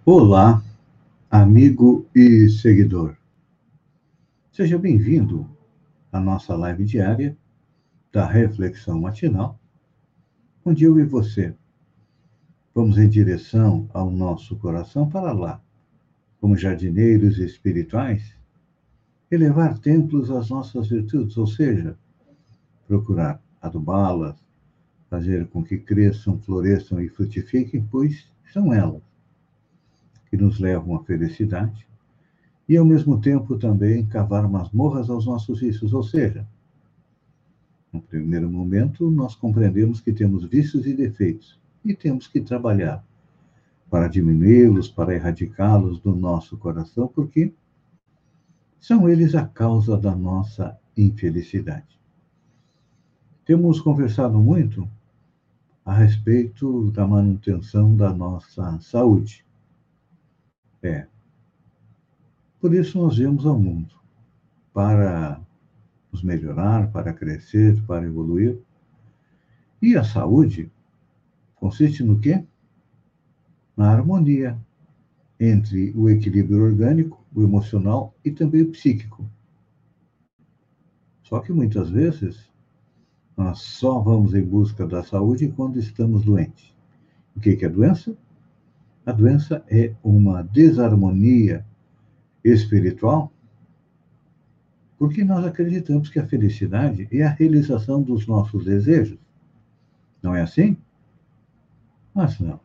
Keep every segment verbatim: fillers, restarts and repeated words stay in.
Olá, amigo e seguidor. Seja bem-vindo à nossa live diária da Reflexão Matinal, onde eu e você vamos em direção ao nosso coração para lá, como jardineiros espirituais, elevar templos às nossas virtudes, ou seja, procurar adubá-las, fazer com que cresçam, floresçam e frutifiquem, pois são elas que nos levam à felicidade, e ao mesmo tempo também cavar masmorras aos nossos vícios, ou seja, no primeiro momento, nós compreendemos que temos vícios e defeitos e temos que trabalhar para diminuí-los, para erradicá-los do nosso coração, porque são eles a causa da nossa infelicidade. Temos conversado muito a respeito da manutenção da nossa saúde. É. Por isso nós viemos ao mundo, para nos melhorar, para crescer, para evoluir. E a saúde consiste no quê? Na harmonia entre o equilíbrio orgânico, o emocional e também o psíquico. Só que muitas vezes nós só vamos em busca da saúde quando estamos doentes. O que é doença? A doença é uma desarmonia espiritual, porque nós acreditamos que a felicidade é a realização dos nossos desejos. Não é assim? Mas não.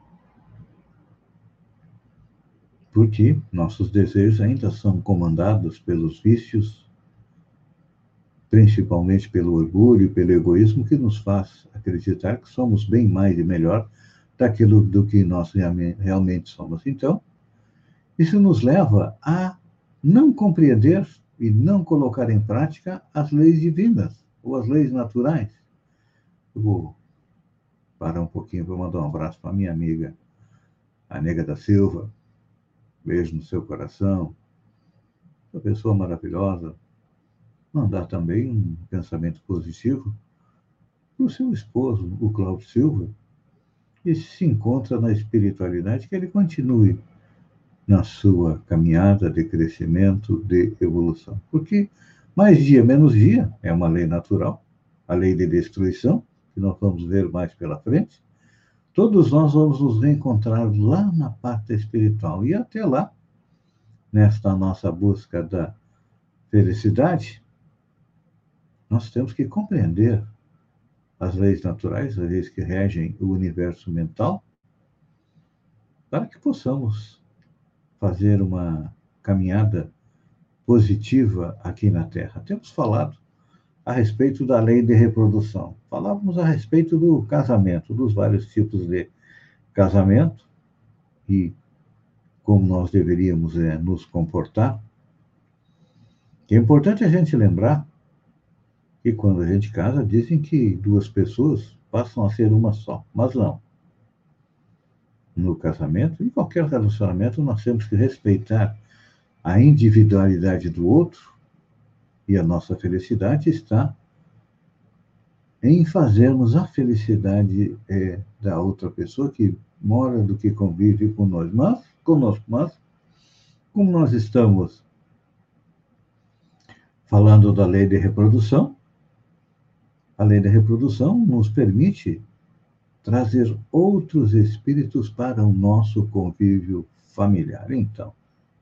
Porque nossos desejos ainda são comandados pelos vícios, principalmente pelo orgulho e pelo egoísmo, que nos faz acreditar que somos bem mais e melhor daquilo do que nós realmente somos. Então, isso nos leva a não compreender e não colocar em prática as leis divinas ou as leis naturais. Eu vou parar um pouquinho para mandar um abraço para a minha amiga, a Nega da Silva. Beijo no seu coração. Uma pessoa maravilhosa. Mandar também um pensamento positivo para o seu esposo, o Cláudio Silva, que se encontra na espiritualidade, que ele continue na sua caminhada de crescimento, de evolução. Porque mais dia, menos dia, é uma lei natural, a lei de destruição, que nós vamos ver mais pela frente. Todos nós vamos nos reencontrar lá na parte espiritual. E até lá, nesta nossa busca da felicidade, nós temos que compreender as leis naturais, as leis que regem o universo mental, para que possamos fazer uma caminhada positiva aqui na Terra. Temos falado a respeito da lei de reprodução. Falávamos a respeito do casamento, dos vários tipos de casamento e como nós deveríamos é, nos comportar. É importante a gente lembrar que quando a gente casa, dizem que duas pessoas passam a ser uma só, mas não. No casamento, em qualquer relacionamento, nós temos que respeitar a individualidade do outro, e a nossa felicidade está em fazermos a felicidade é, da outra pessoa que mora, do que convive com nós, mas conosco. Mas, como nós estamos falando da lei de reprodução, a lei da reprodução nos permite trazer outros espíritos para o nosso convívio familiar. Então,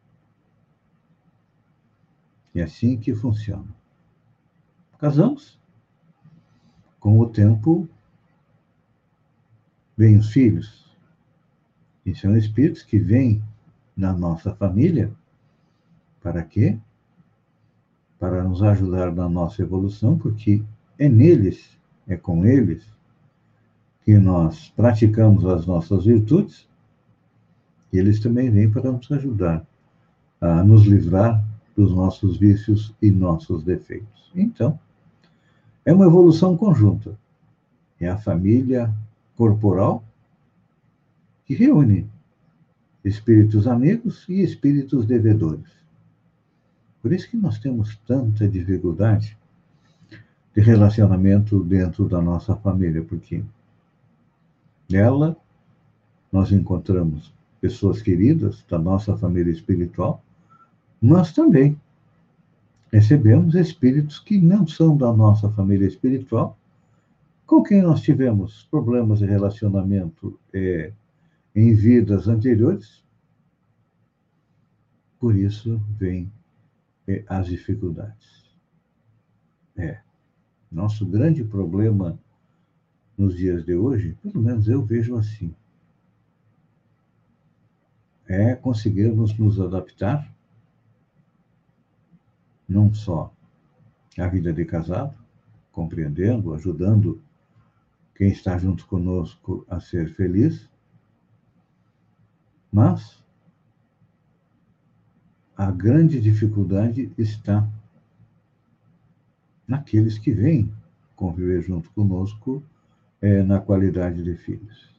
é assim que funciona. Casamos, com o tempo, vêm os filhos, e são espíritos que vêm na nossa família, para quê? Para nos ajudar na nossa evolução, porque é neles, é com eles, que nós praticamos as nossas virtudes, e eles também vêm para nos ajudar a nos livrar dos nossos vícios e nossos defeitos. Então, é uma evolução conjunta. É a família corporal que reúne espíritos amigos e espíritos devedores. Por isso que nós temos tanta dificuldade de relacionamento dentro da nossa família, porque nela nós encontramos pessoas queridas da nossa família espiritual, mas também recebemos espíritos que não são da nossa família espiritual, com quem nós tivemos problemas de relacionamento é, em vidas anteriores. Por isso vem é, as dificuldades. É, nosso grande problema nos dias de hoje, pelo menos eu vejo assim, é conseguirmos nos adaptar, não só à vida de casado, compreendendo, ajudando quem está junto conosco a ser feliz, mas a grande dificuldade está naqueles que vêm conviver junto conosco é, na qualidade de filhos.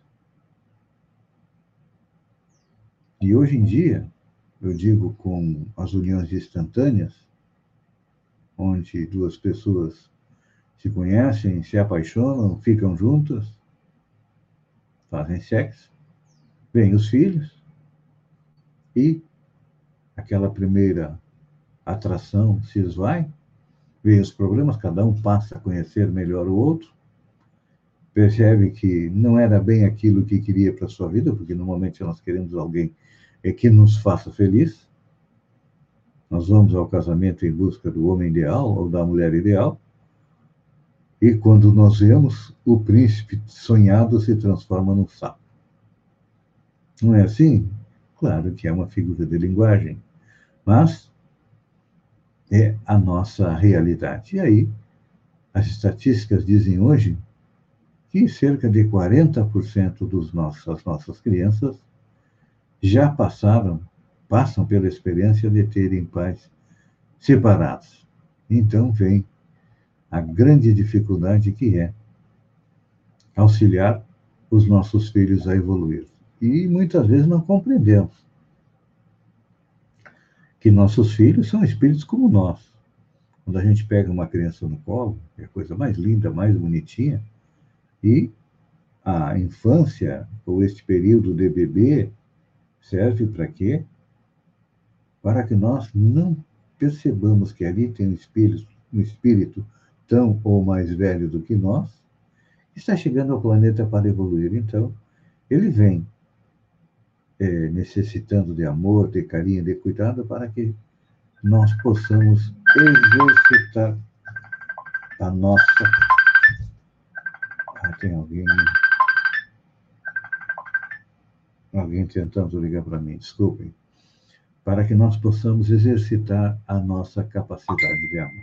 E hoje em dia, eu digo com as uniões instantâneas, onde duas pessoas se conhecem, se apaixonam, ficam juntas, fazem sexo, vêm os filhos, e aquela primeira atração se esvai, vêm os problemas, cada um passa a conhecer melhor o outro, percebe que não era bem aquilo que queria para a sua vida, porque normalmente nós queremos alguém que nos faça feliz. Nós vamos ao casamento em busca do homem ideal ou da mulher ideal, e quando nós vemos, o príncipe sonhado se transforma num sapo. Não é assim? Claro que é uma figura de linguagem, mas é a nossa realidade. E aí, as estatísticas dizem hoje que cerca de quarenta por cento dos nossos, das nossas crianças já passaram, passam pela experiência de terem pais separados. Então vem a grande dificuldade que é auxiliar os nossos filhos a evoluir. E muitas vezes não compreendemos que nossos filhos são espíritos como nós. Quando a gente pega uma criança no colo, é a coisa mais linda, mais bonitinha, e a infância, ou este período de bebê, serve para quê? Para que nós não percebamos que ali tem um espírito, um espírito tão ou mais velho do que nós, que está chegando ao planeta para evoluir. Então, ele vem é, necessitando de amor, de carinho, de cuidado, para que nós possamos exercitar a nossa... Ah, tem alguém... Alguém tentando ligar para mim, desculpem. Para que nós possamos exercitar a nossa capacidade de amar.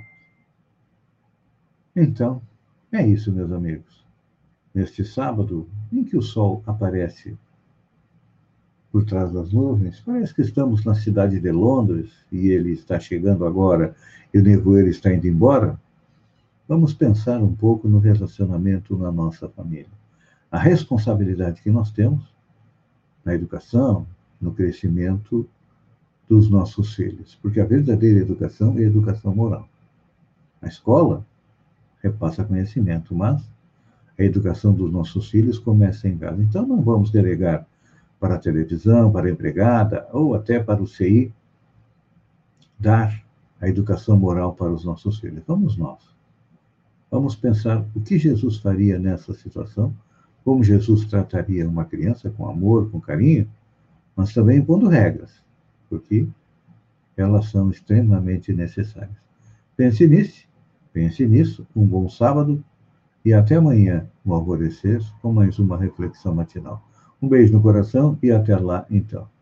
Então, é isso, meus amigos. Neste sábado, em que o sol aparece por trás das nuvens, parece que estamos na cidade de Londres, e ele está chegando agora, e o nevoeiro está indo embora. Vamos pensar um pouco no relacionamento na nossa família. A responsabilidade que nós temos na educação, no crescimento dos nossos filhos. Porque a verdadeira educação é a educação moral. A escola repassa conhecimento, mas a educação dos nossos filhos começa em casa. Então, não vamos delegar para a televisão, para a empregada, ou até para o C I, dar a educação moral para os nossos filhos. Vamos nós. Vamos pensar o que Jesus faria nessa situação, como Jesus trataria uma criança com amor, com carinho, mas também impondo regras, porque elas são extremamente necessárias. Pense nisso, pense nisso, um bom sábado, e até amanhã, no alvorecer, com mais uma reflexão matinal. Um beijo no coração e até lá, então.